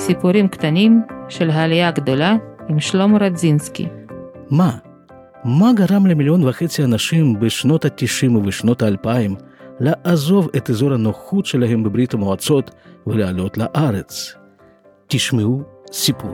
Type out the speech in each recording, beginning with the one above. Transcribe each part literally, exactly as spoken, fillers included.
סיפורים קטנים של העלייה הגדולה עם שלמה רדזינסקי. מה? מה גרם למיליון וחצי אנשים בשנות ה-תשעים ובשנות ה-אלפיים לעזוב את אזור הנוחות שלהם בברית המועצות ולעלות לארץ? תשמעו סיפור.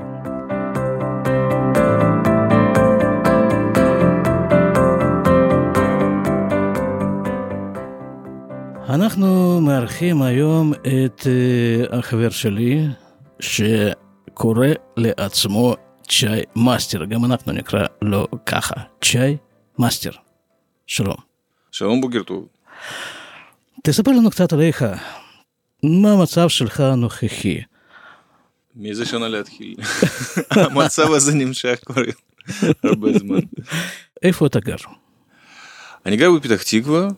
אנחנו מארחים היום את uh, החבר שלי שקורא לעצמו צ'אי מאסטר, גם אנחנו נקרא לו ככה, צ'אי מאסטר. שלום. שלום, בוקר טוב. תספר לנו קצת עליך, מה המצב שלך הנוכחי? מאיזה שנה להתחיל? המצב הזה נמשך כבר הרבה זמן. איפה אתה גר? אני גר בפתח תקווה,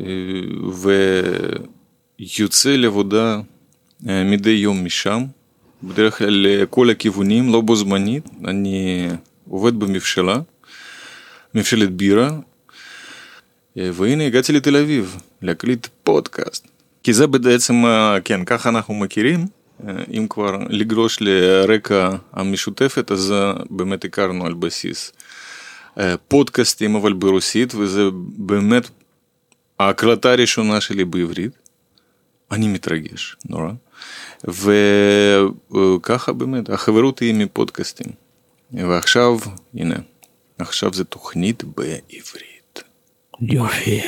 ויוצא לעבודה מדי יום משם, בדרך כלל לכל הכיוונים, לא בו זמנית. אני עובד במבשלה, מבשלת בירה, והנה הגעתי לתל אביב להקליט פודקאסט. כי זה בעצם, כן, ככה אנחנו מכירים, אם כבר לגלוש לרקע המשותפת, אז באמת הכרנו על בסיס פודקאסטים, אבל ברוסית, וזה באמת ההקלטה הראשונה שלי בעברית. אני מתרגש, נורא. וככה באמת, החברות היא מפודקאסטים. ועכשיו, הנה, עכשיו זה תוכנית בעברית. יופי.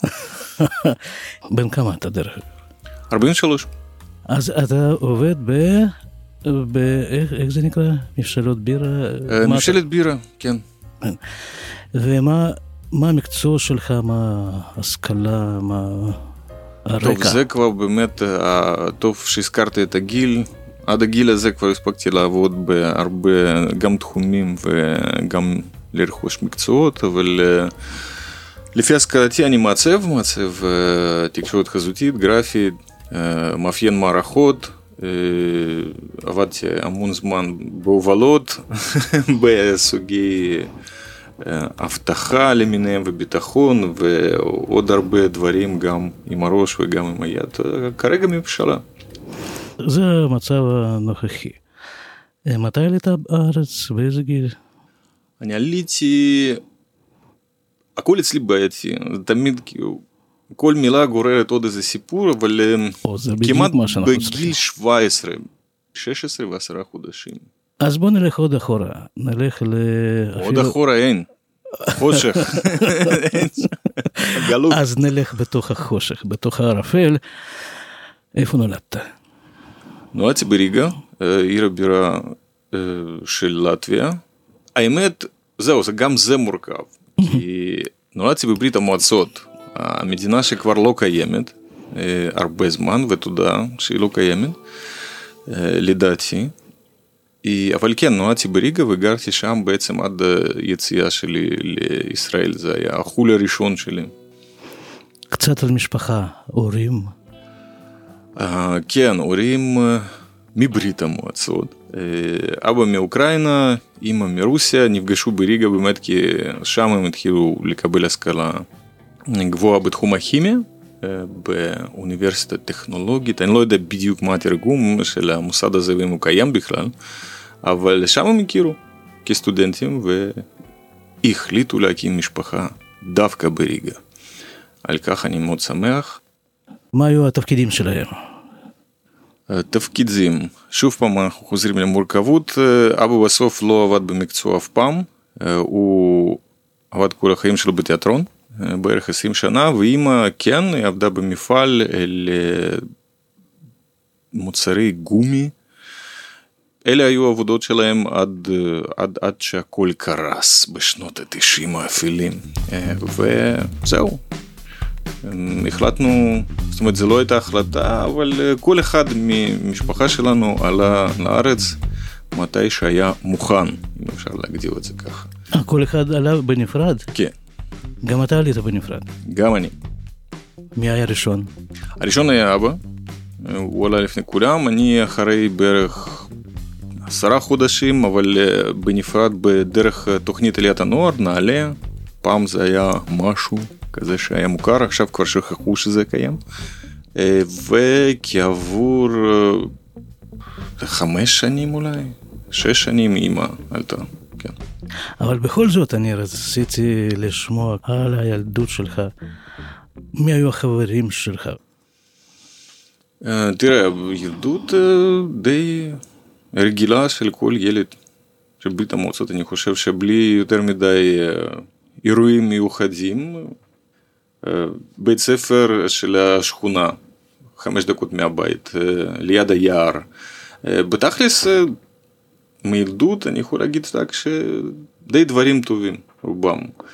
בן כמה אתה דרך? ארבעים ושלוש. אז אתה עובד ב... ב... איך, איך זה נקרא? מבשלות בירה? מבשלת בירה, כן. ומה מה המקצוע שלך, מה ההשכלה, מה הרקע? טוב, זה כבר באמת, טוב שהזכרת את הגיל. עד הגיל הזה כבר הספקתי לעבוד בהרבה, גם תחומים וגם לרכוש מקצועות, אבל לפי השכלתי אני מעצב, מעצב תקשורת חזותית, גרפית, מאפיין מערכות, עבדתי המון זמן בהובלות, בסוגי הבטחה למיניהם וביטחון, ועוד הרבה דברים גם עם הראש וגם עם היד. כרגע מבשלה. זה המצב הנוכחי. מתי עלית בארץ? באיזה גיל? אני עליתי, הכל אצלי בעייתי, תמיד כאילו, כל מילה גוררת עוד איזה סיפור, אבל כמעט בגיל שבע עשרה, שש עשרה ועשרה חודשים. אז בוא נלך עוד אחורה, נלך ל... עוד אחורה אין, חושך. גלות. אז נלך בתוך החושך, בתוך הערפל. איפה נולדת? נולדתי בריגה, עיר הבירה של לטביה. האמת, זהו, גם זה מורכב. כי נולדתי בברית המועצות, המדינה שכבר לא קיימת, הרבה זמן, ותודה שהיא לא קיימת, לדעתי. אבל כן, נולדתי בריגה וגרתי שם בעצם עד היציאה שלי לישראל. זה היה החול הראשון שלי. קצת על משפחה, הורים? כן, הורים מברית המועצות. אבא מאוקראינה, אמא מרוסיה, נפגשו בריגה באמת כי שם הם התחילו לקבל השכלה גבוהה בתחום הכימיה, באוניברסיטה טכנולוגית. אני לא יודע בדיוק מה התרגום של המוסד הזה ואם הוא קיים בכלל, אבל שם הם הכירו כסטודנטים והחליטו להקים משפחה דווקא בריגה. על כך אני מאוד שמח. מה היו התפקידים שלהם? תפקידים, שוב פעם אנחנו חוזרים למורכבות. אבא בסוף לא עבד במקצוע אף פעם, הוא עבד כל החיים שלו בתיאטרון, בערך עשרים שנה, ואמא כן, היא עבדה במפעל למוצרי גומי. אלה היו עבודות שלהם עד, עד, עד שהכל קרס בשנות התשעים האפלים, וזהו. החלטנו, זאת אומרת, זה לא הייתה החלטה, אבל כל אחד ממשפחה שלנו עלה לארץ מתי שהיה מוכן, אם אפשר להגדיר את זה ככה. כל אחד עלה בנפרד? כן. גם אתה עלית בנפרד? גם אני. מי היה ראשון? הראשון היה אבא, הוא עלה לפני כולם, אני אחרי בערך עשרה חודשים, אבל בנפרד בדרך תוכנית עליית הנוער, נעלה, פעם זה היה משהו כזה שהיה מוכר, עכשיו כבר שכחו שזה קיים, וכעבור חמש שנים אולי, שש שנים אימא עלתה, כן. אבל בכל זאת אני רציתי לשמוע על הילדות שלך. מי היו החברים שלך? תראה, ילדות די רגילה של כל ילד של ברית המועצות. אני חושב שבלי יותר מדי אירועים מיוחדים, בית ספר של השכונה, חמש דקות מהבית, ליד היער. בתכלס, מילדות אני יכול להגיד רק שדי דברים טובים, רובם.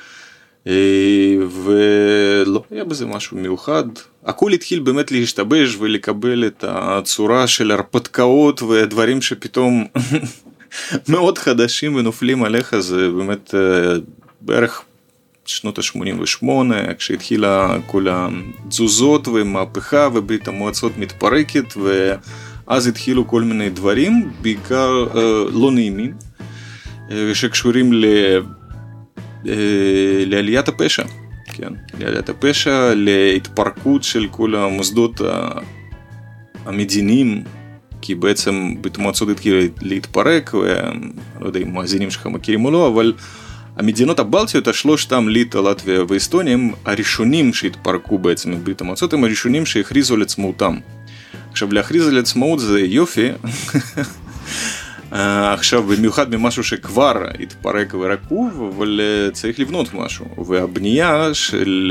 ולא היה בזה משהו מיוחד. הכל התחיל באמת להשתבש ולקבל את הצורה של הרפתקאות ודברים שפתאום מאוד חדשים ונופלים עליך. זה באמת בערך שנות ה-שמונים ושמונה, כשהתחילה כל התזוזות ומהפכה וברית המועצות מתפרקת, ואז התחילו כל מיני דברים, בעיקר לא נעימים, שקשורים ל... לעליית הפשע, כן, לעליית הפשע, להתפרקות של כל המוסדות המדיניים, כי בעצם ברית המועצות התחילה להתפרק, ולא יודע אם מאזינים שלך מכירים או לא, אבל המדינות הבלטיות, השלושתם, ליטא, לטביה ואסטוניה, הם הראשונים שהתפרקו בעצם מברית המועצות, הם הראשונים שהכריזו על עצמאותם. עכשיו, להכריז על עצמאות זה יופי, עכשיו, במיוחד ממשהו שכבר התפרק ורקוב, אבל צריך לבנות משהו. והבנייה של,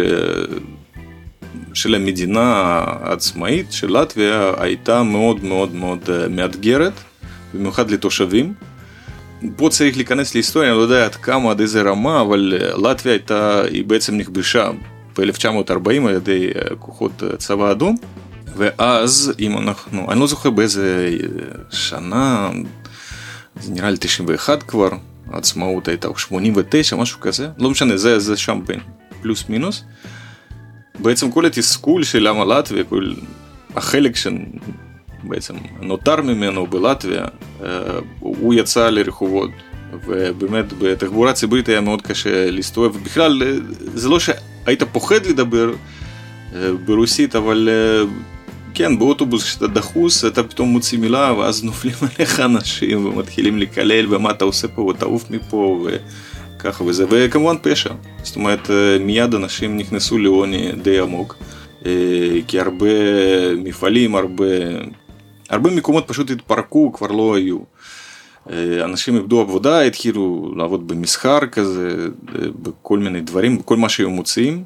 של המדינה העצמאית של לטביה הייתה מאוד מאוד מאוד מאתגרת, במיוחד לתושבים. פה צריך להיכנס להיסטוריה, אני לא יודע עד כמה, עד איזה רמה, אבל לטביה הייתה, היא בעצם נכבשה ב-אלף תשע מאות ארבעים על ידי כוחות צבא אדום, ואז, אם אנחנו, אני לא זוכר באיזה שנה, זה נראה לי תשעים ואחת כבר, העצמאות הייתה שמונים ותשע, משהו כזה, לא משנה, זה, זה שם בין פלוס מינוס. בעצם כל התסכול של עם לטביה, כל החלק שבעצם נותר ממנו בלטביה, הוא יצא לרחובות, ובאמת בתחבורה ציבורית היה מאוד קשה להסתובב, ובכלל זה לא שהיית פוחד לדבר ברוסית, אבל כן, באוטובוס כשאתה דחוס, אתה פתאום מוציא מילה, ואז נופלים עליך אנשים, ומתחילים לקלל, ומה אתה עושה פה, ותעוף מפה, וככה וזה, וכמובן פשע. זאת אומרת, מיד אנשים נכנסו לעוני די עמוק, כי הרבה מפעלים, הרבה, הרבה מקומות פשוט התפרקו, כבר לא היו. אנשים איבדו עבודה, התחילו לעבוד במסחר כזה, בכל מיני דברים, בכל מה שהיו מוצאים.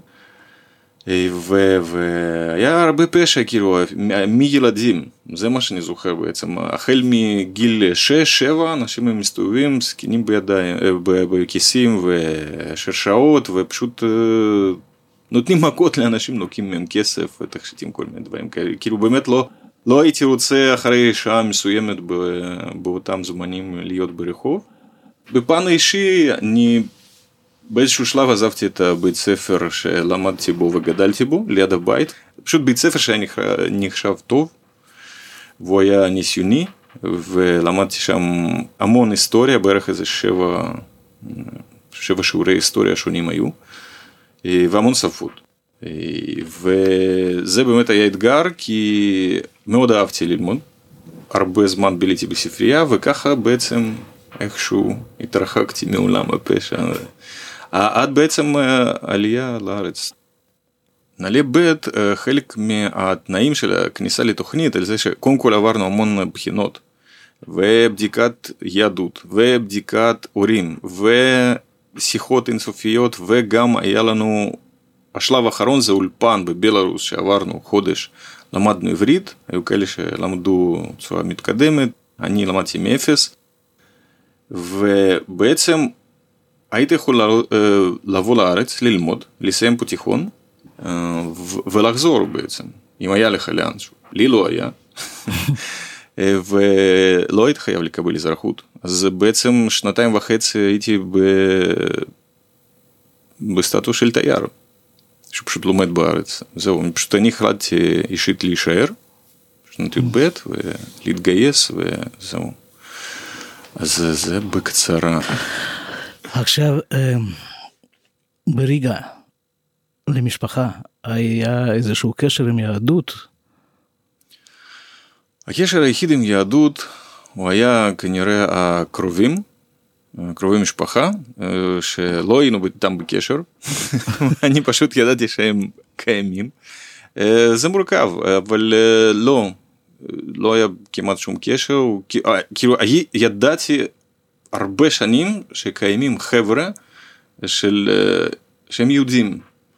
והיה הרבה פשע, כאילו, מילדים, זה מה שאני זוכר בעצם, החל מגיל שש שבע, אנשים הם מסתובבים, סכינים בידיים, בכיסים ושרשאות, ופשוט נותנים מכות לאנשים, נוקים מהם כסף, ותכשיטים כל מיני דברים כאלה, כאילו באמת לא, לא הייתי רוצה אחרי שעה מסוימת באותם זמנים להיות ברחוב. בפן האישי, אני באיזשהו שלב עזבתי את הבית ספר שלמדתי בו וגדלתי בו, ליד הבית. פשוט בית ספר שהיה נחשב טוב, והוא היה ניסיוני, ולמדתי שם המון היסטוריה, בערך איזה שבע, שבע שיעורי היסטוריה שונים היו, והמון שפות. וזה באמת היה אתגר, כי מאוד אהבתי ללמוד, הרבה זמן ביליתי בספרייה, וככה בעצם איכשהו התרחקתי מעולם הפשע. עד בעצם עלייה לארץ. נעלה ב' חלק מהתנאים של הכניסה לתוכנית, על זה שקודם כל עברנו המון בחינות, ובדיקת יהדות, ובדיקת הורים, ושיחות אינסופיות, וגם היה לנו, השלב האחרון זה אולפן בבלרוס שעברנו חודש, למדנו עברית, היו כאלה שלמדו צורה מתקדמת, אני למדתי מאפס, ובעצם הייתי יכול לבוא לארץ, ללמוד, לסיים פה תיכון, ולחזור בעצם, אם היה לך לאנשהו. לי לא היה, ולא הייתי חייב לקבל אזרחות. אז בעצם שנתיים וחצי הייתי בסטטוס של תייר, שפשוט לומד בארץ. זהו, פשוט אני החלטתי אישית להישאר, שנת י"ב, ולהתגייס, וזהו. אז זה בקצרה. עכשיו, בריגה, למשפחה, היה איזשהו קשר עם יהדות? הקשר היחיד עם יהדות הוא היה כנראה הקרובים, קרובי משפחה, שלא היינו איתם בקשר, אני פשוט ידעתי שהם קיימים. זה מורכב, אבל לא, לא היה כמעט שום קשר, כאילו ידעתי הרבה שנים שקיימים חבר'ה של, שהם יהודים.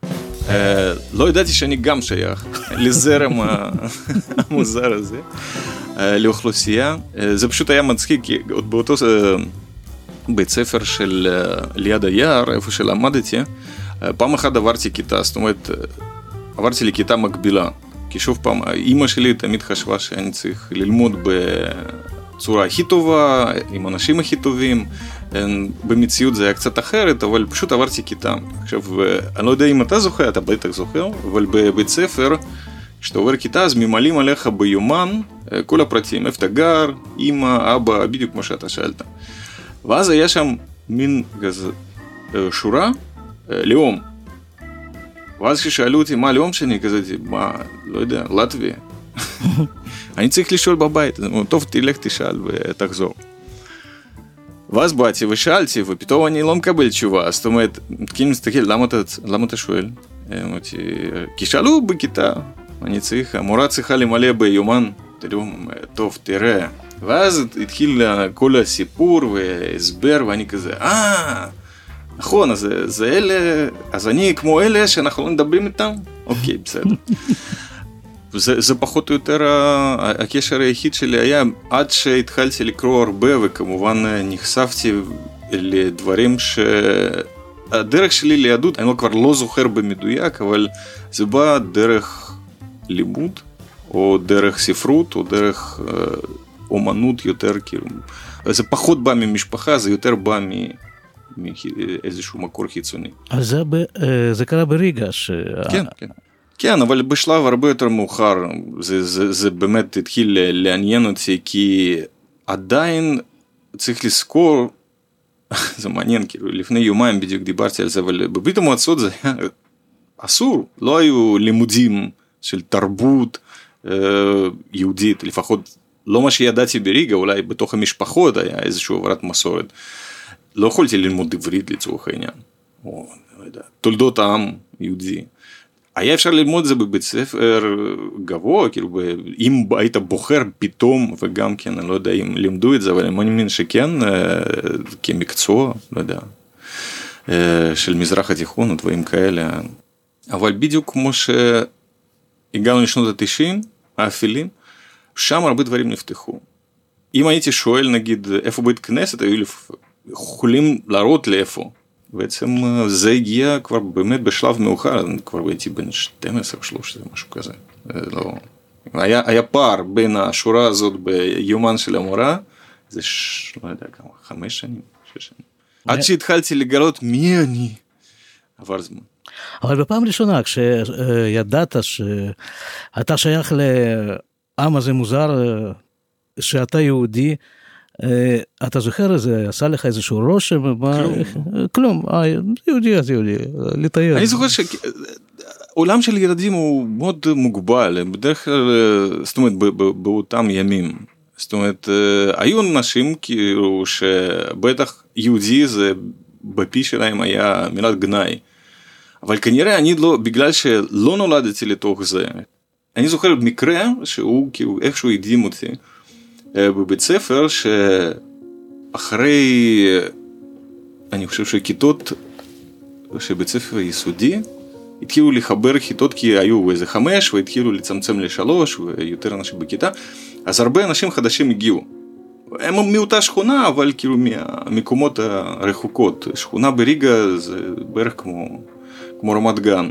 לא ידעתי שאני גם שייך לזרם המוזר הזה, לאוכלוסייה. זה פשוט היה מצחיק, כי עוד באותו בית ספר של ליד היער, איפה שלמדתי, פעם אחת עברתי כיתה, זאת אומרת, עברתי לכיתה מקבילה, כי שוב פעם, אמא שלי תמיד חשבה שאני צריך ללמוד בצורה הכי טובה, עם אנשים הכי טובים, במציאות זה היה קצת אחרת, אבל פשוט עברתי כיתה. עכשיו, אני לא יודע אם אתה זוכר, אתה בטח זוכר, אבל בבית ספר, כשאתה עובר כיתה, אז ממלאים עליך ביומן כל הפרטים, איפה אתה גר, אמא, אבא, בדיוק כמו שאתה שאלת. ואז היה שם מין כזה שורה, לאום. ואז כששאלו אותי מה לאום שני, כזה, מה, לא יודע, לטביה. אני צריך לשאול בבית, טוב, תלך תשאל ותחזור. ואז באתי ושאלתי, ופתאום אני לא מקבל תשובה, זאת אומרת, כאילו מסתכל, למה אתה, למה אתה שואל? אמרתי, כי שאלו בכיתה, אני צריך, המורה צריכה למלא ביומן, טוב, תראה. ואז התחיל כל הסיפור והסבר, ואני כזה, אה, נכון, אז זה אלה, אז אני כמו אלה שאנחנו לא מדברים איתם? אוקיי, בסדר. זה, זה פחות או יותר הקשר היחיד שלי היה, עד שהתחלתי לקרוא הרבה, וכמובן נחשפתי לדברים שהדרך שלי ליהדות, אני כבר לא זוכר במדויק, אבל זה בא דרך לימוד, או דרך ספרות, או דרך אומנות יותר, כאילו, זה פחות בא ממשפחה, זה יותר בא מ... מאיזשהו מקור חיצוני. אז זה, זה קרה בריגה ש... כן, כן. כן, אבל בשלב הרבה יותר מאוחר, זה, זה, זה באמת התחיל לעניין אותי, כי עדיין צריך לזכור, זה מעניין, כאילו, לפני יומיים בדיוק דיברתי על זה, אבל בברית המועצות זה היה אסור, לא היו לימודים של תרבות יהודית, לפחות לא מה שידעתי בריגה, אולי בתוך המשפחות היה איזושהי עברת מסורת. לא יכולתי ללמוד עברית לצורך העניין, או לא יודע, תולדות העם יהודי. היה אפשר ללמוד זה בבית ספר גבוה, כאילו, אם היית בוחר פתאום, וגם כן, אני לא יודע אם לימדו את זה, אבל אני מאמין שכן, כמקצוע, לא יודע, של מזרח התיכון, דברים כאלה. אבל בדיוק כמו שהגענו לשנות ה-תשעים, האפלים, שם הרבה דברים נפתחו. אם הייתי שואל, נגיד, איפה בית כנסת, היו יכולים להראות לאיפה. בעצם זה הגיע כבר באמת בשלב מאוחר, אני כבר הייתי בן שתים עשרה שלוש עשרה, משהו כזה. לא... היה, היה פער בין השורה הזאת ביומן של המורה, זה ש... לא יודע כמה, חמש שנים, שש שנים. עד שהתחלתי לגלות מי אני, עבר זמן. אבל בפעם ראשונה, כשידעת שאתה שייך לעם הזה מוזר, שאתה יהודי, אתה זוכר איזה, עשה לך איזשהו רושם? כלום, יהודי אז יהודי, לתאר. אני זוכר שעולם של ילדים הוא מאוד מוגבל, בדרך כלל, זאת אומרת, באותם ימים. זאת אומרת, היו אנשים כאילו שבטח יהודי זה בפי שלהם היה מילת גנאי. אבל כנראה אני לא, בגלל שלא נולדתי לתוך זה, אני זוכר מקרה שהוא כאילו איכשהו הדהים אותי, בבית ספר שאחרי, אני חושב שכיתות, שבית ספר יסודי, התחילו לחבר כיתות כי היו איזה חמש, והתחילו לצמצם לשלוש, ויותר אנשים בכיתה, אז הרבה אנשים חדשים הגיעו. הם מאותה שכונה, אבל כאילו מהמקומות הרחוקות. שכונה בריגה זה בערך כמו, כמו רמת גן.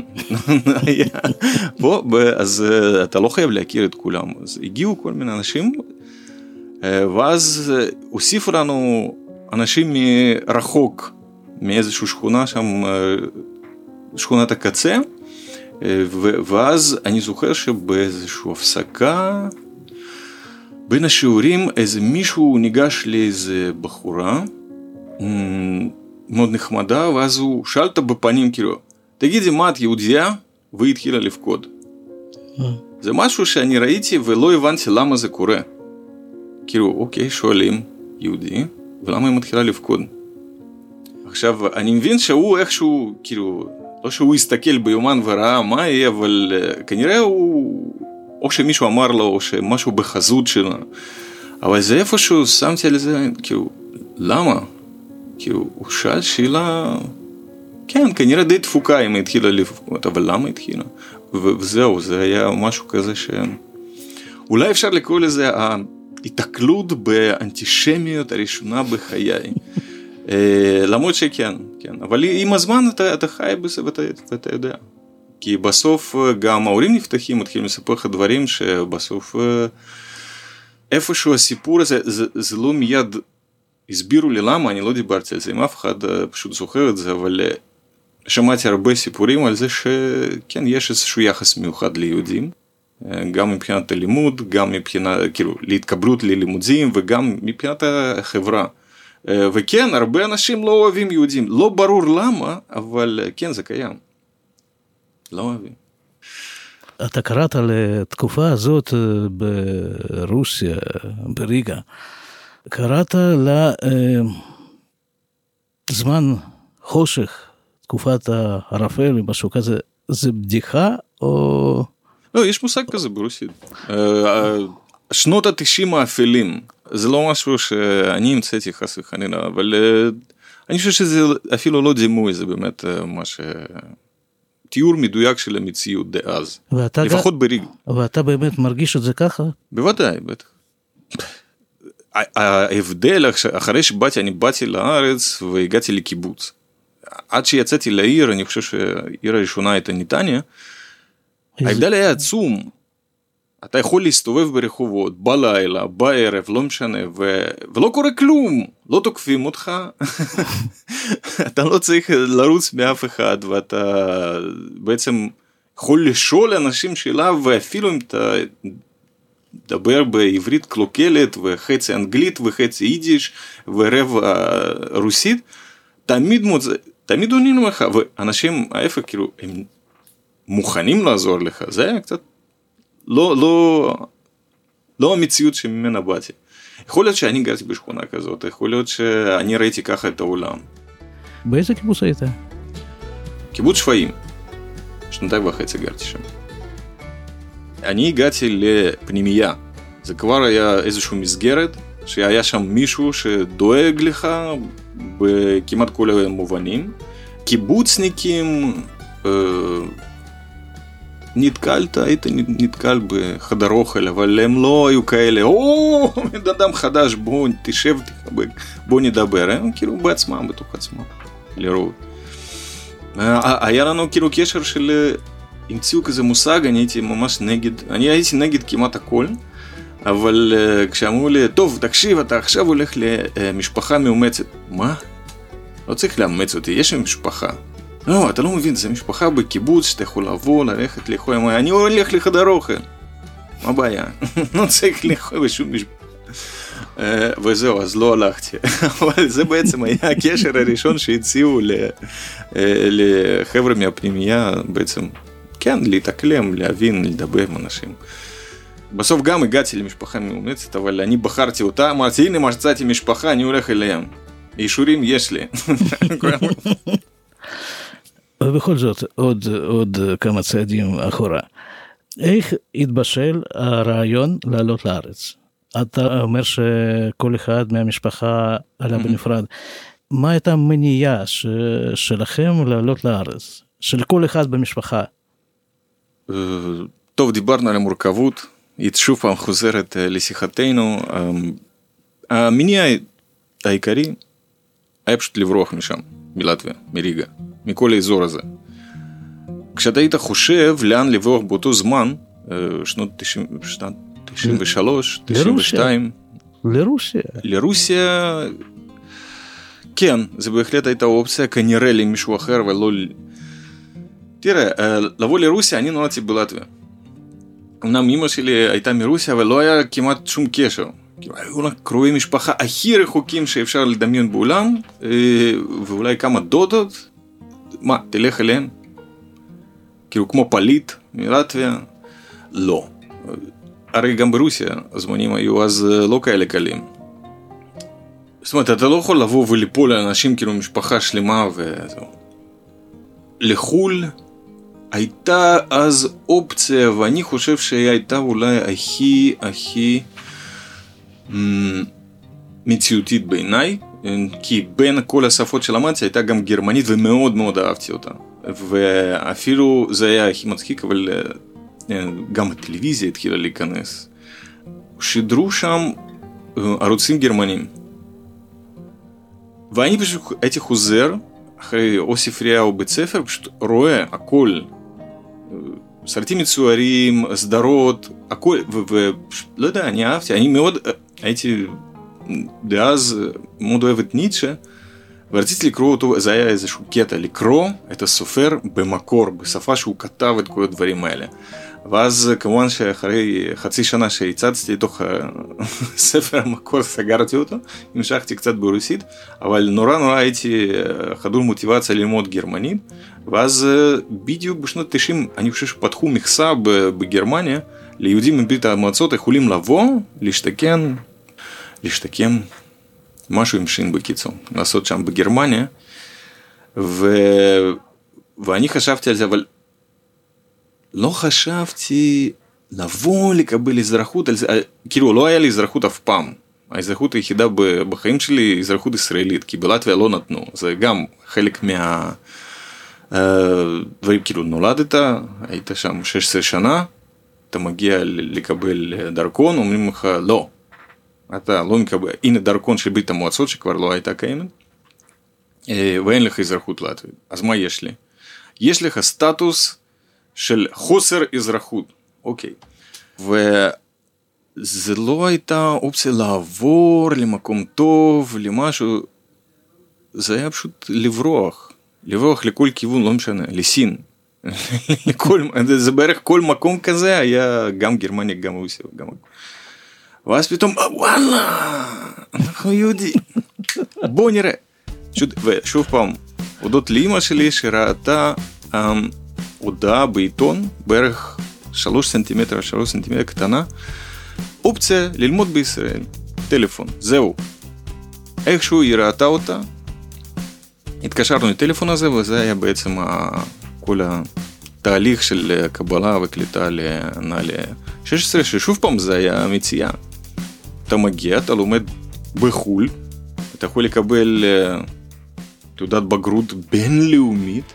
פה, אז אתה לא חייב להכיר את כולם. אז הגיעו כל מיני אנשים, ואז הוסיפו לנו אנשים מרחוק, מאיזושהי שכונה שם, שכונת הקצה, ואז אני זוכר שבאיזושהי הפסקה, בין השיעורים, איזה מישהו ניגש לאיזה בחורה, מאוד נחמדה, ואז הוא שאל אותה בפנים, כאילו, תגידי, מה את יהודיה? והיא התחילה לבכות. זה משהו שאני ראיתי ולא הבנתי למה זה קורה. כאילו, אוקיי, שואלים, יהודי, ולמה היא מתחילה לבכות? עכשיו, אני מבין שהוא איכשהו, כאילו, לא שהוא הסתכל ביומן וראה מה יהיה, אבל uh, כנראה הוא, או שמישהו אמר לו, או שמשהו בחזות שלה, אבל זה איפשהו שמתי על זה, כאילו, למה? כאילו, הוא שאל שאלה, כן, כנראה די דפוקה אם היא התחילה לבכות, אבל למה היא התחילה? וזהו, זה היה משהו כזה ש... אולי אפשר לקרוא לזה ההתקלות באנטישמיות הראשונה בחיי. למרות שכן, כן. אבל עם הזמן אתה, אתה חי בזה ואתה, ואתה יודע. כי בסוף גם ההורים נפתחים, מתחילים לספר לך דברים שבסוף איפשהו הסיפור הזה, זה, זה לא מיד הסבירו לי למה, אני לא דיברתי על זה עם אף אחד, פשוט זוכר את זה, אבל שמעתי הרבה סיפורים על זה שכן, יש איזשהו יחס מיוחד ליהודים. גם מבחינת הלימוד, גם מבחינת, כאילו, להתקבלות ללימודים, וגם מבחינת החברה. וכן, הרבה אנשים לא אוהבים יהודים. לא ברור למה, אבל כן, זה קיים. לא אוהבים. אתה קראת לתקופה הזאת ברוסיה, בריגה. קראת לזמן חושך, תקופת הערפל, משהו כזה. זה בדיחה או... לא, יש מושג כזה ברוסית. שנות התשעים האפלים, זה לא משהו שאני המצאתי חס וחלילה, אבל אני חושב שזה אפילו לא דימוי, זה באמת מה ש... תיאור מדויק של המציאות דאז, לפחות בריג. ואתה באמת מרגיש את זה ככה? בוודאי, בטח. ההבדל, אחרי שבאתי, אני באתי לארץ והגעתי לקיבוץ. עד שיצאתי לעיר, אני חושב שהעיר הראשונה הייתה ניטניה, ההבדל היה עצום. אתה יכול להסתובב ברחובות, בלילה, בערב, לא משנה, ו... ולא קורה כלום. לא תוקפים אותך. אתה לא צריך לרוץ מאף אחד, ואתה בעצם יכול לשאול אנשים שאלה, ואפילו אם אתה דבר בעברית קלוקלת, וחצי אנגלית, וחצי יידיש, ורבע רוסית, תמיד מוצא, תמיד עונים לך, ואנשים, ההפך, כאילו, הם מוכנים לעזור לך. זה היה קצת לא, לא, לא המציאות שממנה באתי. יכול להיות שאני גרתי בשכונה כזאת, יכול להיות שאני ראיתי ככה את העולם. באיזה קיבוץ היית? קיבוץ שפיים. שנתיים וחצי גרתי שם. אני הגעתי לפנימייה. זה כבר היה איזושהי מסגרת, שהיה שם מישהו שדואג לך בכמעט כל המובנים. קיבוצניקים, נתקלת, היית נתקל בחדר אוכל, אבל הם לא היו כאלה, או, אדם חדש, בוא תשב, בוא נדבר, הם כאילו בעצמם, בתוך עצמם, לרוב. היה לנו כאילו קשר של, המציאו כזה מושג, אני הייתי ממש נגד, אני הייתי נגד כמעט הכל, אבל כשאמרו לי, טוב, תקשיב, אתה עכשיו הולך למשפחה מאומצת. מה? לא צריך לאמץ אותי, יש לי משפחה. לא, אתה לא מבין, זה משפחה בקיבוץ שאתה יכול לבוא, ללכת לאכול, אני הולך לחדר אוכל. מה הבעיה? לא צריך לאכול בשום משפחה. וזהו, אז לא הלכתי. אבל זה בעצם היה הקשר הראשון שהציעו לחבר'ה מהפנימייה, בעצם, כן, להתאקלם, להבין, לדבר עם אנשים. בסוף גם הגעתי למשפחה מאומצת, אבל אני בחרתי אותה, אמרתי, הנה מצאתי משפחה, אני הולך אליהם. אישורים יש לי. ובכל זאת, עוד, עוד כמה צעדים אחורה. איך התבשל הרעיון לעלות לארץ? אתה אומר שכל אחד מהמשפחה עלה בנפרד. מה הייתה המניעה ש... שלכם לעלות לארץ? של כל אחד במשפחה? טוב, דיברנו על המורכבות. היא שוב פעם חוזרת לשיחתנו. המניע העיקרי היה פשוט לברוח משם, מלטביה, מריגה, מכל האזור הזה. כשאתה היית חושב לאן לברוח באותו זמן, שנות תשעים ושלוש, תשעים ושתיים, לרוסיה. לרוסיה, כן, זה בהחלט הייתה אופציה, כנראה למישהו אחר ולא... תראה, לבוא לרוסיה, אני נולדתי בלטביה. אמנם אמא שלי הייתה מרוסיה, אבל לא היה כמעט שום קשר. היו לה קרובי משפחה הכי רחוקים שאפשר לדמיין בעולם, ואולי כמה דודות. מה, תלך אליהם? כאילו כמו פליט מלטביה? לא. הרי גם ברוסיה הזמנים היו אז לא כאלה קלים. זאת אומרת, אתה לא יכול לבוא וליפול על אנשים כאילו משפחה שלמה וזהו. לחול הייתה אז אופציה, ואני חושב שהיא הייתה אולי הכי הכי מציאותית בעיניי, כי בין כל השפות שלמדתי הייתה גם גרמנית ומאוד מאוד אהבתי אותה. ואפילו זה היה הכי מצחיק, אבל גם הטלוויזיה התחילה להיכנס. שידרו שם ערוצים גרמנים. ואני פשוט הייתי חוזר, אחרי או ספרייה או בית ספר, פשוט רואה הכל. סרטים מצוירים, סדרות, הכל, ולא יודע, אני אהבתי, אני מאוד, הייתי דאז מאוד אוהב את ניטשה, ורציתי לקרוא אותו, זה היה איזשהו קטע, לקרוא את הסופר במקור, בשפה שהוא כתב את כל הדברים האלה. ואז כמובן שאחרי חצי שנה שהצצתי לתוך ספר המקור, סגרתי אותו, המשכתי קצת ברוסית, אבל נורא נורא הייתי חדור מוטיבציה ללמוד גרמנית, ואז בדיוק בשנות תשעים אני חושב שפתחו מכסה בגרמניה, ליהודים מברית המועצות יכולים לבוא, להשתכן, להשתכן, משהו עם שין בקיצור, לעשות שם בגרמניה, ו... ואני חשבתי על זה, אבל לא חשבתי לבוא לקבל אזרחות, על זה, כאילו לא היה לי אזרחות אף פעם, האזרחות היחידה בחיים שלי היא אזרחות ישראלית, כי בלטביה לא נתנו, זה גם חלק מה... דברים, כאילו נולדת, היית שם שש עשרה שנה, אתה מגיע לקבל דרכון, אומרים לך לא, אתה לא מקבל, הנה דרכון של ברית המועצות שכבר לא הייתה קיימת, ואין לך אזרחות לטבית. אז מה יש לי? יש לך סטטוס של חוסר אזרחות, אוקיי. וזה לא הייתה אופציה לעבור למקום טוב, למשהו, זה היה פשוט לברוח, לברוח לכל כיוון, לא משנה, לסין. לכל, זה בערך כל מקום כזה היה גם גרמניה, גם רוסיה, גם... ואז פתאום, וואלה, אנחנו יהודים, בוא נראה. ושוב פעם, הודות לאמא שלי שראתה הודעה בעיתון, בערך שלוש סנטימטר, שלוש סנטימטר קטנה, אופציה ללמוד בישראל, טלפון, זהו. איכשהו היא ראתה אותה, התקשרנו לטלפון הזה, וזה היה בעצם כל התהליך של קבלה וקליטה לנעלי שש עשרה, ששוב פעם זה היה מציאה. אתה מגיע, אתה לומד בחול, אתה יכול לקבל תעודת בגרות בינלאומית,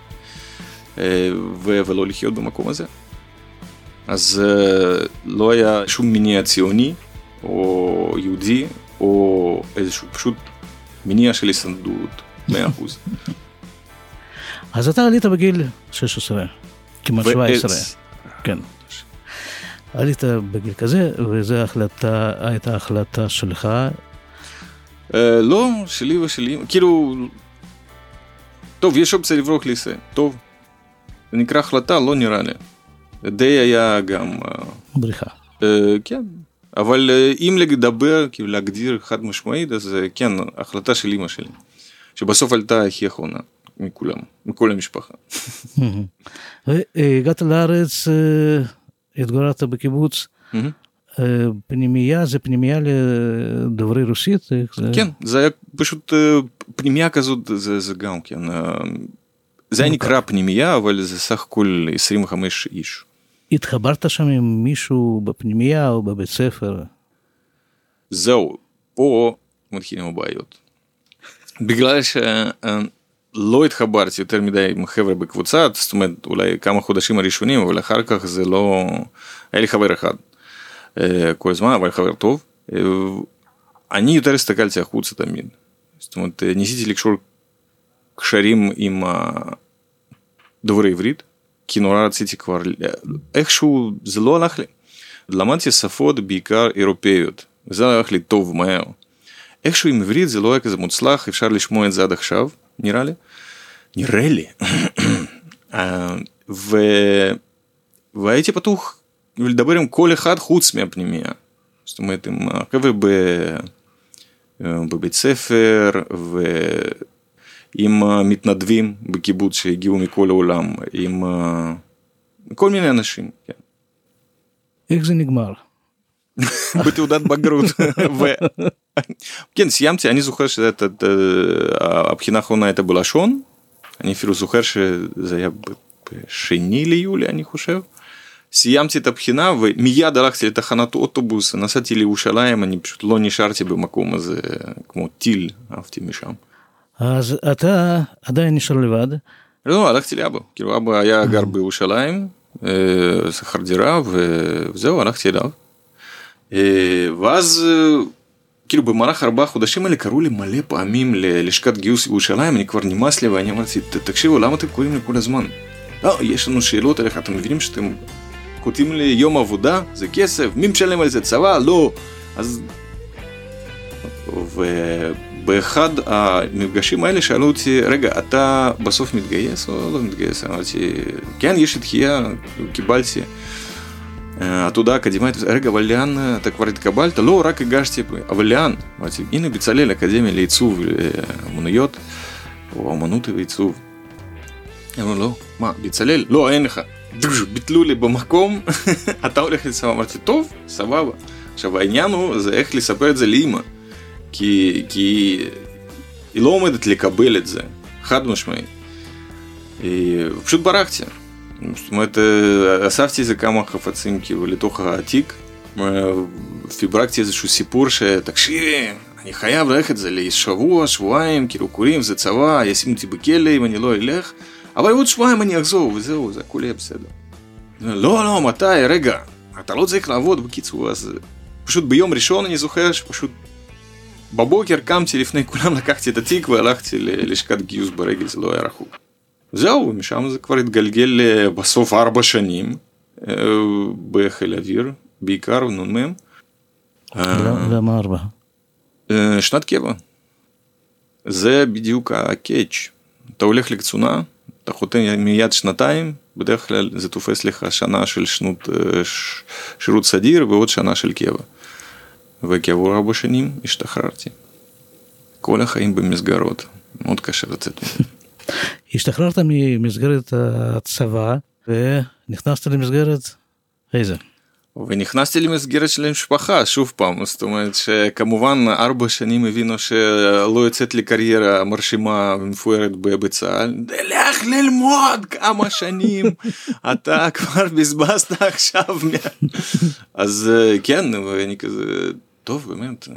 ולא לחיות במקום הזה. אז לא היה שום מניע ציוני, או יהודי, או איזשהו פשוט מניע של הישרדות, מאה אחוז. אז אתה עלית בגיל שש עשרה, כמעט שבע עשרה. כן. עלית בגיל כזה, וזו החלטה, הייתה החלטה שלך? לא, שלי ושלי, כאילו, טוב, יש אופציה לברוח לישראל, טוב. זה נקרא החלטה, לא נראה לי. די היה גם... בריחה. כן, אבל אם לדבר, כאילו להגדיר חד משמעית, אז כן, החלטה של אמא שלי, שבסוף עלתה הכי אחרונה מכולם, מכל המשפחה. והגעת לארץ, התגוררת בקיבוץ, פנימייה, זה פנימייה לדוברי רוסית? כן, זה היה פשוט פנימייה כזאת, זה גם, כן. זה היה נקרא פנימייה, אבל זה סך הכל עשרים וחמישה איש. התחברת שם עם מישהו בפנימייה או בבית ספר? זהו, פה מתחילים הבעיות. בגלל שלא התחברתי יותר מדי עם חבר'ה בקבוצה, זאת אומרת, אולי כמה חודשים הראשונים, אבל אחר כך זה לא... היה לי חבר אחד כל הזמן, אבל חבר טוב. אני יותר הסתכלתי החוצה תמיד. זאת אומרת, ניסיתי לקשור קשרים עם דוברי עברית, כי נורא רציתי כבר, איכשהו זה לא הלך לי. למדתי שפות בעיקר אירופאיות, וזה הלך לי טוב מהר. איכשהו עם עברית זה לא היה כזה מוצלח, אפשר לשמוע את זה עד עכשיו, נראה לי. נראה לי. ו... והייתי פתוח לדבר עם כל אחד חוץ מהפנימיה. זאת אומרת, עם החבר'ה ב... בבית ספר, ו... עם מתנדבים בקיבוץ שהגיעו מכל העולם, עם כל מיני אנשים. כן. איך זה נגמר? בתעודת בגרות. כן, סיימתי, אני זוכר שהבחינה האחרונה הייתה בלשון, אני אפילו זוכר שזה היה בשני ליולי, אני חושב. סיימתי את הבחינה ומיד הלכתי לתחנת אוטובוס, נסעתי לירושלים, אני פשוט לא נשארתי במקום הזה, כמו טיל, אהבתי משם. אז אתה עדיין נשאר לבד? לא, הלכתי לאבא, כאילו אבא היה גר בירושלים, שכר דירה, וזהו, הלכתי אליו. ואז, כאילו במהלך ארבעה חודשים האלה קראו לי מלא פעמים ללשכת גיוס ירושלים, אני כבר נמאס לי, ואני אמרתי, תקשיבו, למה אתם קוראים לי כל הזמן? לא, יש לנו שאלות עליך, אתם מבינים שאתם כותבים לי יום עבודה, זה כסף, מי משלם על זה, צבא? לא. אז... ובאחד המפגשים האלה שאלו אותי, רגע, אתה בסוף מתגייס או לא מתגייס? אמרתי, כן, יש התחייה, קיבלתי התעודה האקדמית, רגע, אבל לאן אתה כבר התקבלת? לא, רק הגשתי, אבל לאן? אמרתי, הנה בצלאל, אקדמיה לעיצוב אמנויות, או אמנות ועיצוב. אמרו, לא, מה, בצלאל? לא, אין לך. ביטלו לי במקום, אתה הולך לצבא, אמרתי, טוב, סבבה. עכשיו, העניין הוא, זה איך לספר את זה לאמא, כי, כי היא לא עומדת לקבל את זה, חד משמעי. פשוט ברחתי. זאת אומרת, אספתי איזה כמה חפצים כאילו לתוך העתיק, פיברקתי איזשהו סיפור שתקשיבי, אני חייב ללכת את זה לשבוע, שבועיים, כאילו קוראים, זה צבא, ישימו אותי בכלא אם אני לא אלך, אבל עוד שבועיים אני אחזור, וזהו, זה הכל יהיה בסדר. לא, לא, מתי, רגע, אתה לא צריך לעבוד בקיצור, אז פשוט ביום ראשון אני זוכר שפשוט בבוקר קמתי לפני כולם, לקחתי את התיק והלכתי ללשכת גיוס ברגל, זה לא היה רחוק. זהו, משם זה כבר התגלגל בסוף ארבע שנים בחיל האוויר, בעיקר נ"מ. למה ארבע? שנת קבע. זה בדיוק הקאץ'. אתה הולך לקצונה, אתה חותם מיד שנתיים, בדרך כלל זה תופס לך שנה של שנות שירות סדיר ועוד שנה של קבע. וכעבור ארבע שנים השתחררתי. כל החיים במסגרות, מאוד קשה לצאת מזה. השתחררת ממסגרת הצבא ונכנסת למסגרת איזה? ונכנסתי למסגרת של המשפחה, שוב פעם, זאת אומרת שכמובן ארבע שנים הבינו שלא יוצאת לי קריירה מרשימה ומפוארת בצה"ל, לך ללמוד כמה שנים, אתה כבר בזבזת עכשיו. אז כן, ואני כזה, טוב באמת,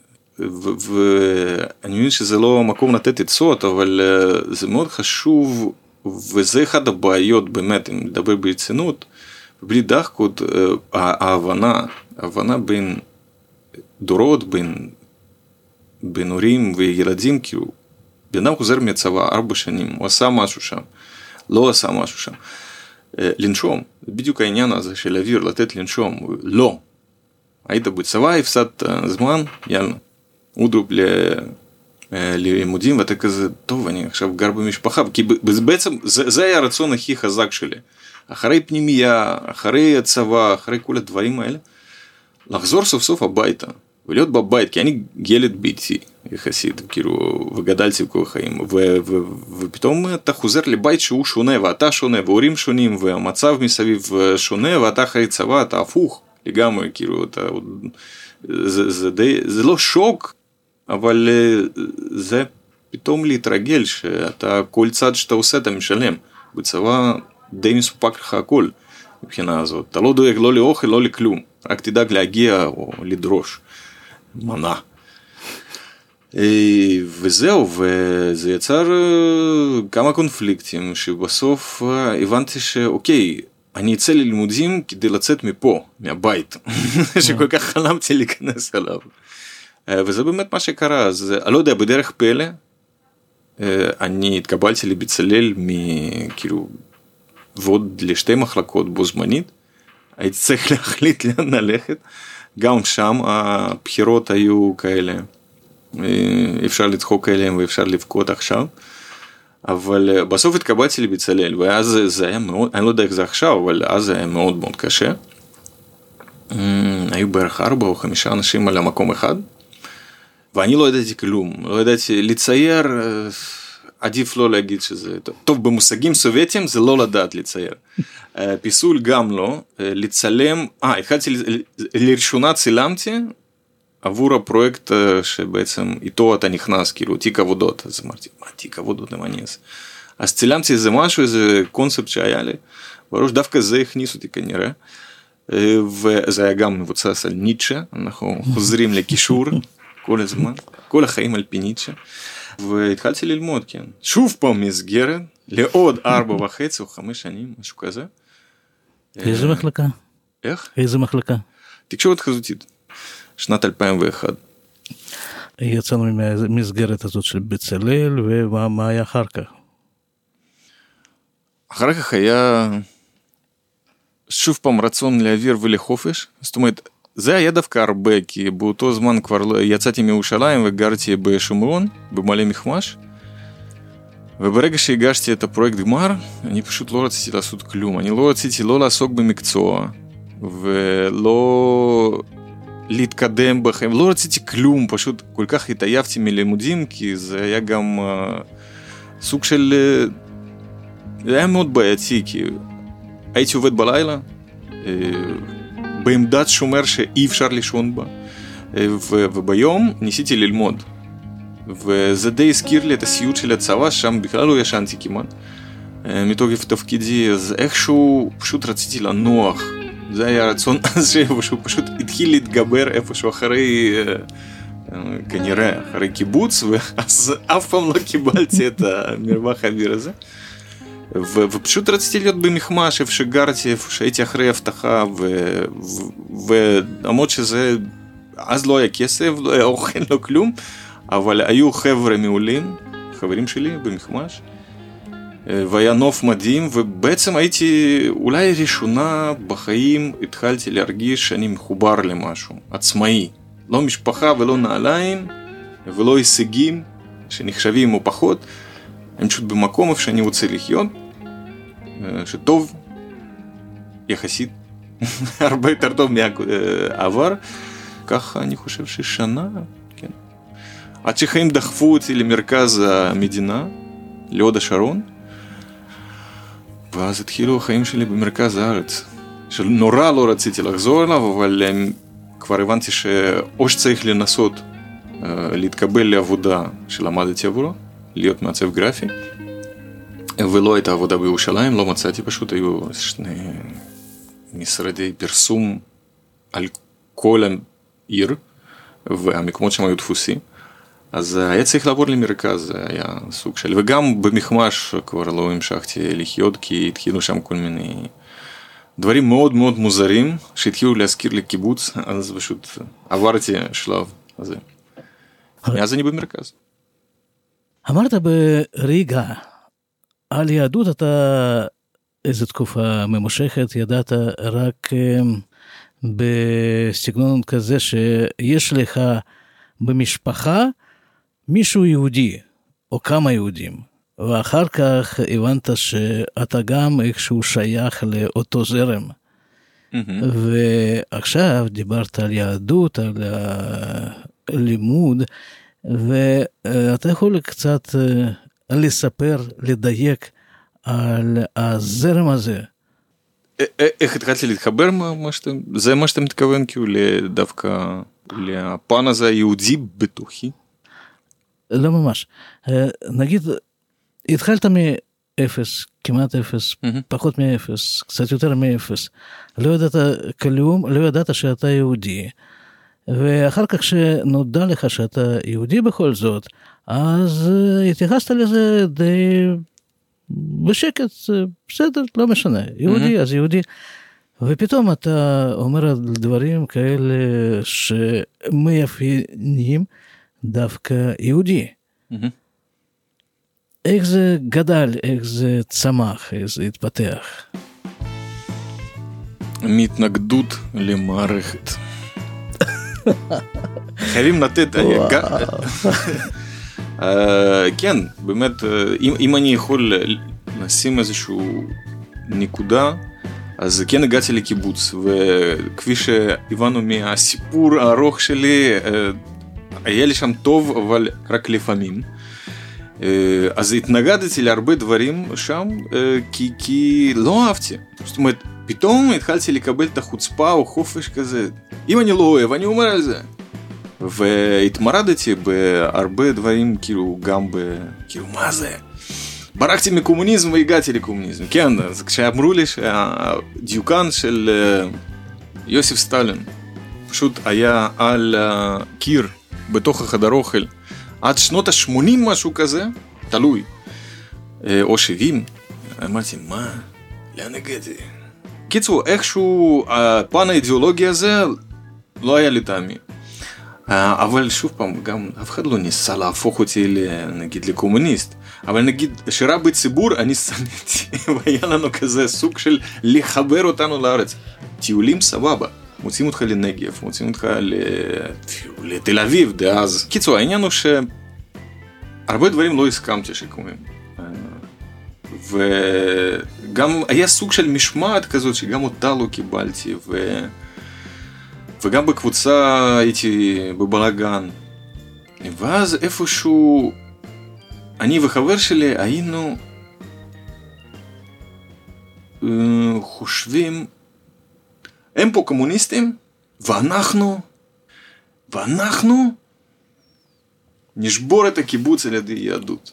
ואני מבין שזה לא מקום לתת עצות, אבל זה מאוד חשוב, וזה אחד הבעיות באמת, אם לדבר ברצינות, בלי דחקות, ההבנה, ההבנה בין דורות, בין, בין הורים וילדים, כאילו, בן אדם חוזר מהצבא ארבע שנים, הוא עשה משהו שם, לא עשה משהו שם. לנשום, בדיוק העניין הזה של אוויר, לתת לנשום, לא. היית בצבא, הפסדת זמן, יאללה. אודרופ ללימודים, ואתה כזה, טוב, אני עכשיו גר במשפחה, כי בעצם זה, זה היה הרצון הכי חזק שלי. אחרי פנימייה, אחרי הצבא, אחרי כל הדברים האלה, לחזור סוף סוף הביתה, ולהיות בבית, כי אני ילד ביתי יחסית, כאילו, וגדלתי כל החיים, ו- ו- ופתאום אתה חוזר לבית שהוא שונה, ואתה שונה, והורים שונים, והמצב מסביב שונה, ואתה אחרי צבא, אתה הפוך לגמרי, כאילו, אתה, זה, זה, די, זה לא שוק, אבל זה פתאום להתרגל, שאתה, כל צד שאתה עושה, אתה משלם. בצבא די מסופק לך הכל, מבחינה הזאת. אתה לא דואג לא לאוכל, לא לכלום. רק תדאג להגיע או לדרוש. מנה. וזהו, וזה יצר כמה קונפליקטים, שבסוף הבנתי שאוקיי, אני אצא ללימודים כדי לצאת מפה, מהבית, שכל כך חלמתי להיכנס אליו. וזה באמת מה שקרה. אז אני לא יודע, בדרך פלא, אני התקבלתי לבצלאל מכאילו, ועוד לשתי מחלקות בו זמנית, הייתי צריך להחליט לאן ללכת, גם שם הבחירות היו כאלה, אפשר לדחוק אליהם ואפשר לבכות עכשיו, אבל בסוף התקבלתי לבצלאל, ואז זה היה מאוד, אני לא יודע איך זה עכשיו, אבל אז זה היה מאוד מאוד קשה, היו בערך ארבע או חמישה אנשים על המקום אחד, ואני לא ידעתי כלום, לא ידעתי לצייר, עדיף לא להגיד שזה טוב. טוב, במושגים סובייטיים זה לא לדעת לצייר. פיסול גם לא, לצלם, אה, התחלתי, לראשונה צילמתי, עבור הפרויקט שבעצם איתו אתה נכנס, כאילו תיק עבודות, אז אמרתי, מה תיק עבודות, מה אני אעשה? אז צילמתי איזה משהו, איזה קונספט שהיה לי, בראש דווקא זה הכניס אותי כנראה, וזה היה גם מבוצע על ניטשה, אנחנו חוזרים לקישור כל הזמן, כל החיים על פי ניטשה, והתחלתי ללמוד, כן, שוב פעם מסגרת, לעוד ארבע וחצי או חמש שנים, משהו כזה. איזה מחלקה? איך? איזה מחלקה? תקשורת חזותית. שנת אלפיים ואחת. יצאנו מהמסגרת הזאת של בצלאל, ומה היה אחר כך? אחר כך היה שוב פעם רצון להעביר ולחופש, זאת אומרת, זה היה דווקא הרבה, כי באותו זמן כבר יצאתי מירושלים וגרתי בשומרון, במעלה מכמש, וברגע שהגשתי את הפרויקט גמר, אני פשוט לא רציתי לעשות כלום, אני לא רציתי לא לעסוק במקצוע, ולא להתקדם בחיים, לא רציתי כלום, פשוט כל כך התעייפתי מלימודים, כי זה היה גם uh, סוג של, uh, זה היה מאוד בעייתי, כי הייתי עובד בלילה, uh, בעמדת שומר שאי אפשר לישון בה, uh, ו- וביום ניסיתי ללמוד, וזה די הזכיר לי את הסיוט של הצבא, שם בכלל לא ישנתי כמעט, uh, מתוקף תפקידי, אז איכשהו פשוט רציתי לנוח, זה היה הרצון הזה שהוא פשוט התחיל להתגבר איפשהו אחרי, כנראה, אחרי קיבוץ, ואז אף פעם לא קיבלתי את המרווח האוויר הזה. ו- ופשוט רציתי להיות במחמש, איפה שגרתי, איפה שהייתי אחרי הבטחה, ולמרות שזה, אז לא היה כסף, לא היה אוכל, לא כלום, אבל היו חבר'ה מעולים, חברים שלי במחמש, והיה נוף מדהים, ובעצם הייתי אולי ראשונה בחיים התחלתי להרגיש שאני מחובר למשהו, עצמאי, לא משפחה ולא נעליים ולא הישגים שנחשבים או פחות, אני פשוט במקום איפה שאני רוצה לחיות, שטוב יחסית, הרבה יותר טוב מהעבר, ככה אני חושב ששנה, כן. עד שחיים דחפו אותי למרכז המדינה, להוד השרון, ואז התחילו החיים שלי במרכז הארץ, שנורא לא רציתי לחזור אליו, אבל כבר הבנתי שאו שצריך לנסות להתקבל לעבודה שלמדתי עבורו, להיות מעצב גרפי, ולא הייתה עבודה בירושלים, לא מצאתי פשוט, היו שני משרדי פרסום על כל העיר, והמקומות שם היו דפוסים, אז היה צריך לעבור למרכז, זה היה סוג של, וגם במחמש כבר לא המשכתי לחיות, כי התחילו שם כל מיני דברים מאוד מאוד מוזרים, שהתחילו להזכיר לקיבוץ, אז פשוט עברתי שלב הזה. אז אני במרכז. אמרת בריגה, על יהדות אתה איזו תקופה ממושכת, ידעת רק בסגנון כזה שיש לך במשפחה, מישהו יהודי, או כמה יהודים, ואחר כך הבנת שאתה גם איכשהו שייך לאותו זרם. Mm-hmm. ועכשיו דיברת על יהדות, על לימוד, ואתה יכול קצת לספר, לדייק על הזרם הזה. איך התחלתי להתחבר? זה מה שאתה מתכוון, כאילו דווקא לפן הזה היהודי בתוכי? לא ממש. נגיד, התחלת מאפס, כמעט אפס, mm-hmm. פחות מאפס, קצת יותר מאפס. לא ידעת כלום, לא ידעת שאתה יהודי. ואחר כך שנודע לך שאתה יהודי בכל זאת, אז התייחסת לזה די בשקט, בסדר, לא משנה. יהודי, mm-hmm. אז יהודי. ופתאום אתה אומר על דברים כאלה שמאפיינים דווקא יהודי. Mm-hmm. איך זה גדל, איך זה צמח, איך זה התפתח? מהתנגדות למערכת. חייבים לתת... כן, באמת, אם אני יכול לשים איזשהו נקודה, אז כן הגעתי לקיבוץ, וכפי שהבנו מהסיפור הארוך שלי, היה לי שם טוב, אבל רק לפעמים. אז התנגדתי להרבה דברים שם, כי, כי לא אהבתי. זאת אומרת, פתאום התחלתי לקבל את החוצפה או חופש כזה. אם אני לא אוהב, אני אומר על זה. והתמרדתי בהרבה דברים, כאילו, גם ב... כאילו, מה זה? ברחתי מקומוניזם והגעתי לקומוניזם. כן, אז כשאמרו לי שהדיוקן של יוסף סטלין פשוט היה על קיר בתוך החדר אוכל עד שנות ה-שמונים משהו כזה, תלוי, או שבעים, אמרתי, מה? לאן הגעתי? קיצור, איכשהו הפן האידיאולוגי הזה לא היה לי טעמי. אבל שוב פעם, גם אף אחד לא ניסה להפוך אותי, נגיד, לקומוניסט. אבל נגיד, שירה בציבור, אני שנאתי, והיה לנו כזה סוג של לחבר אותנו לארץ. טיולים סבבה, מוצאים אותך לנגב, מוצאים אותך לתל אביב, דאז. קיצור, העניין הוא שהרבה דברים לא הסכמתי שקומים. וגם היה סוג של משמעת כזאת, שגם אותה לא קיבלתי, ו... וגם בקבוצה הייתי בבלגן. ואז איפשהו, אני וחבר שלי היינו חושבים, הם פה קומוניסטים, ואנחנו, ואנחנו נשבור את הקיבוץ על ידי יהדות.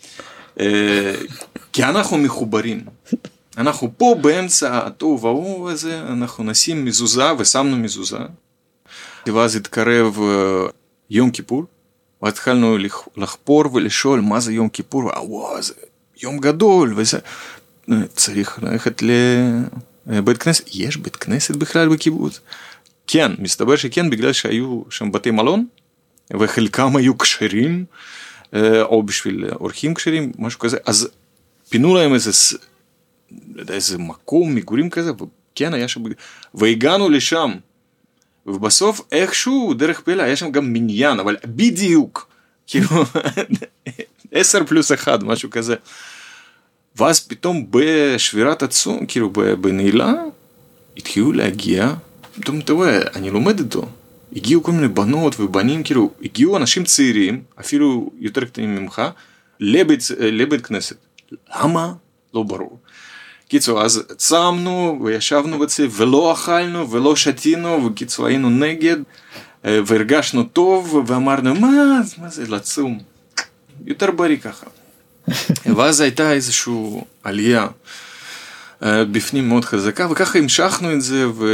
כי אנחנו מחוברים. אנחנו פה באמצע הטוב ההוא הזה, אנחנו נשים מזוזה, ושמנו מזוזה. ואז התקרב יום כיפור, והתחלנו לחפור ולשאול מה זה יום כיפור, וואו, זה יום גדול, וזה... צריך ללכת לבית כנסת. יש בית כנסת בכלל בקיבוץ? כן, מסתבר שכן, בגלל שהיו שם בתי מלון, וחלקם היו קשרים, או בשביל אורחים קשרים, משהו כזה, אז פינו להם איזה... איזה מקום, מגורים כזה, וכן, היה שם, והגענו לשם, ובסוף איכשהו, דרך פלא, היה שם גם מניין, אבל בדיוק, כאילו, עשר פלוס אחד, משהו כזה, ואז פתאום בשבירת עצום, כאילו, בנעילה, התחילו להגיע, פתאום אתה רואה, אני לומד איתו, הגיעו כל מיני בנות ובנים, כאילו, הגיעו אנשים צעירים, אפילו יותר קטנים ממך, לבית, לבית כנסת. למה? לא ברור. קיצור, אז צמנו וישבנו בצי, ולא אכלנו ולא שתינו, וקיצור היינו נגד, והרגשנו טוב, ואמרנו, מה, מה זה לצום? יותר בריא ככה. ואז הייתה איזושהי עלייה בפנים מאוד חזקה, וככה המשכנו את זה, ו...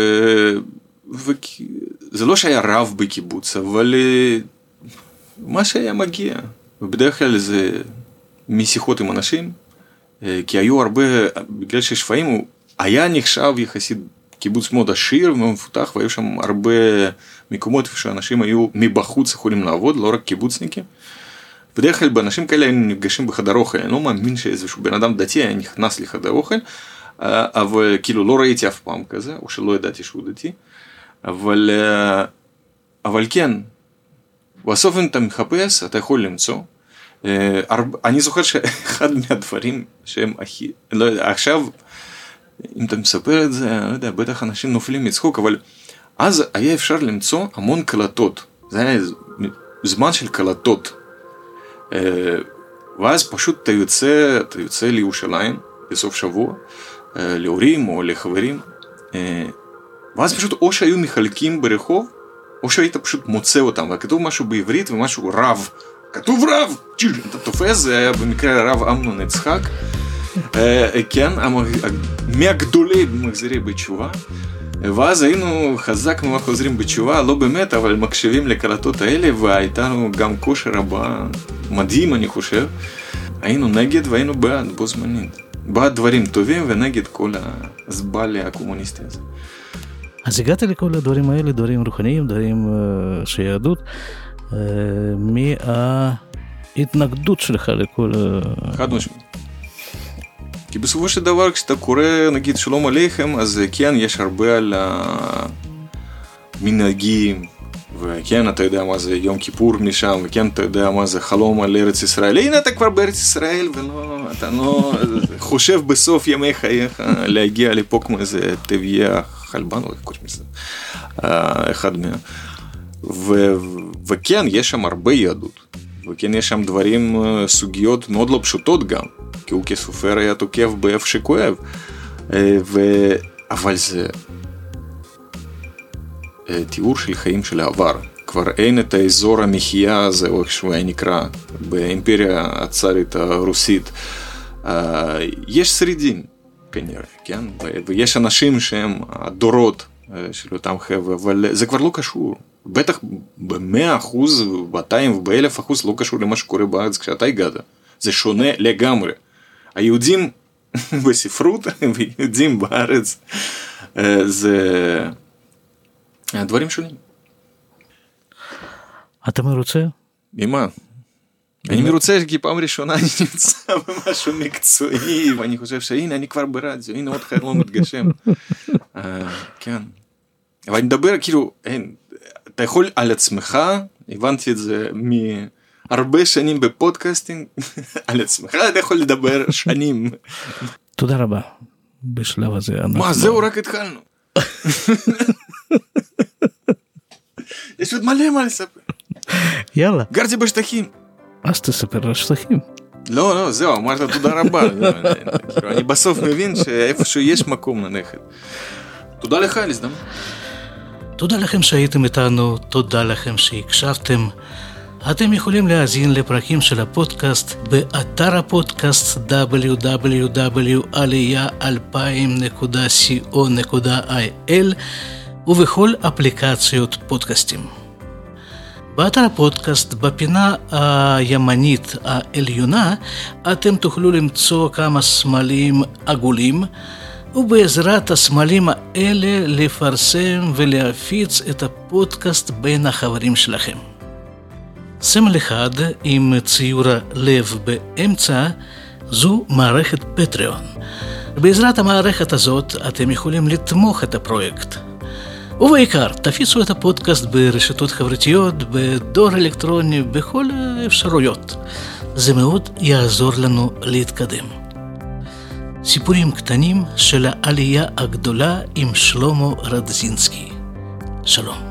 וזה לא שהיה רב בקיבוץ, אבל מה שהיה מגיע, ובדרך כלל זה משיחות עם אנשים, כי היו הרבה, בגלל ששפעים הוא היה נחשב יחסית קיבוץ מאוד עשיר ומאוד מפותח, והיו שם הרבה מקומות שאנשים היו מבחוץ יכולים לעבוד, לא רק קיבוצניקים. בדרך כלל באנשים כאלה היינו נפגשים בחדר אוכל, אני לא מאמין שאיזשהו בן אדם דתי היה נכנס לחדר אוכל, אבל כאילו לא ראיתי אף פעם כזה, או שלא ידעתי שהוא דתי, אבל, אבל כן, בסוף אם אתה מחפש, אתה יכול למצוא. אני זוכר שאחד מהדברים שהם הכי, לא יודע, עכשיו, אם אתה מספר את זה, אני לא יודע, בטח אנשים נופלים מצחוק, אבל אז היה אפשר למצוא המון קלטות, זה היה זמן של קלטות, ואז פשוט אתה יוצא, אתה יוצא לירושלים, בסוף שבוע, להורים או לחברים, ואז פשוט או שהיו מחלקים ברחוב, או שהיית פשוט מוצא אותם, וכתוב משהו בעברית ומשהו רב, כתוב רב, אתה תופס, זה היה במקרה הרב אמנון יצחק, כן, מהגדולי מחזירי בתשובה, ואז היינו חזק מאוד חוזרים בתשובה, לא באמת, אבל מקשיבים לקלטות האלה, והייתה לנו גם כושר הבא, מדהים אני חושב, היינו נגד והיינו בעד, בו זמנית, בעד דברים טובים ונגד כל הזבל הקומוניסטי הזה. אז הגעת לכל הדברים האלה, דברים רוחניים, דברים uh, שיהדות, uh, מההתנגדות שלך לכל... Uh... חד משמעית. כי בסופו של דבר, כשאתה קורא, נגיד, שלום עליכם, אז כן, יש הרבה על המנהגים, וכן, אתה יודע מה זה יום כיפור משם, וכן, אתה יודע מה זה חלום על ארץ ישראל. הנה, אתה כבר בארץ ישראל, ולא, אתה לא חושב בסוף ימי חייך להגיע לפה כמו איזה טבעיה חלבן, או איך קוראים לזה, אחד מה... ו... וכן, יש שם הרבה יהדות. וכן יש שם דברים, סוגיות מאוד לא פשוטות גם, כי הוא כסופר היה תוקף באיפה שכואב, ו... אבל זה תיאור של חיים של העבר, כבר אין את האזור המחיה הזה, או איך שהוא היה נקרא, באימפריה הצארית הרוסית, יש שרידים כנראה, כן? ויש אנשים שהם הדורות של אותם חבר'ה, אבל זה כבר לא קשור. בטח ב-מאה אחוז, ב-מאתיים וב-אלף אחוז לא קשור למה שקורה בארץ כשאתה הגעת. זה שונה לגמרי. היהודים בספרות ויהודים בארץ זה דברים שונים. אתה מרוצה? ממה? אני מרוצה כי פעם ראשונה אני נמצא במשהו מקצועי, ואני חושב שהנה אני כבר ברדיו, הנה עוד חלום מתגשם. כן. אבל אני מדבר כאילו, אתה יכול על עצמך, הבנתי את זה מהרבה שנים בפודקאסטינג, על עצמך אתה יכול לדבר שנים. תודה רבה. בשלב הזה אנחנו... מה, זהו, רק התחלנו. יש עוד מלא מה לספר. יאללה. גרתי בשטחים. אז תספר על השטחים. לא, לא, זהו, אמרת תודה רבה. אני בסוף מבין שאיפשהו יש מקום ללכת. תודה לך על הזדמנות. תודה לכם שהייתם איתנו, תודה לכם שהקשבתם. אתם יכולים להאזין לפרקים של הפודקאסט באתר הפודקאסט דאבליו דאבליו דאבליו נקודה עלייה אלפיים נקודה קו נקודה איי אל ובכל אפליקציות פודקאסטים. באתר הפודקאסט, בפינה הימנית העליונה, אתם תוכלו למצוא כמה סמלים עגולים, ובעזרת הסמלים האלה לפרסם ולהפיץ את הפודקאסט בין החברים שלכם. סמל אחד עם ציור לב באמצע, זו מערכת פטריון. בעזרת המערכת הזאת אתם יכולים לתמוך את הפרויקט. ובעיקר, תפיצו את הפודקאסט ברשתות חברתיות, בדואר אלקטרוני, בכל האפשרויות. זה מאוד יעזור לנו להתקדם. סיפורים קטנים של העלייה הגדולה עם שלמה רדזינסקי. שלום.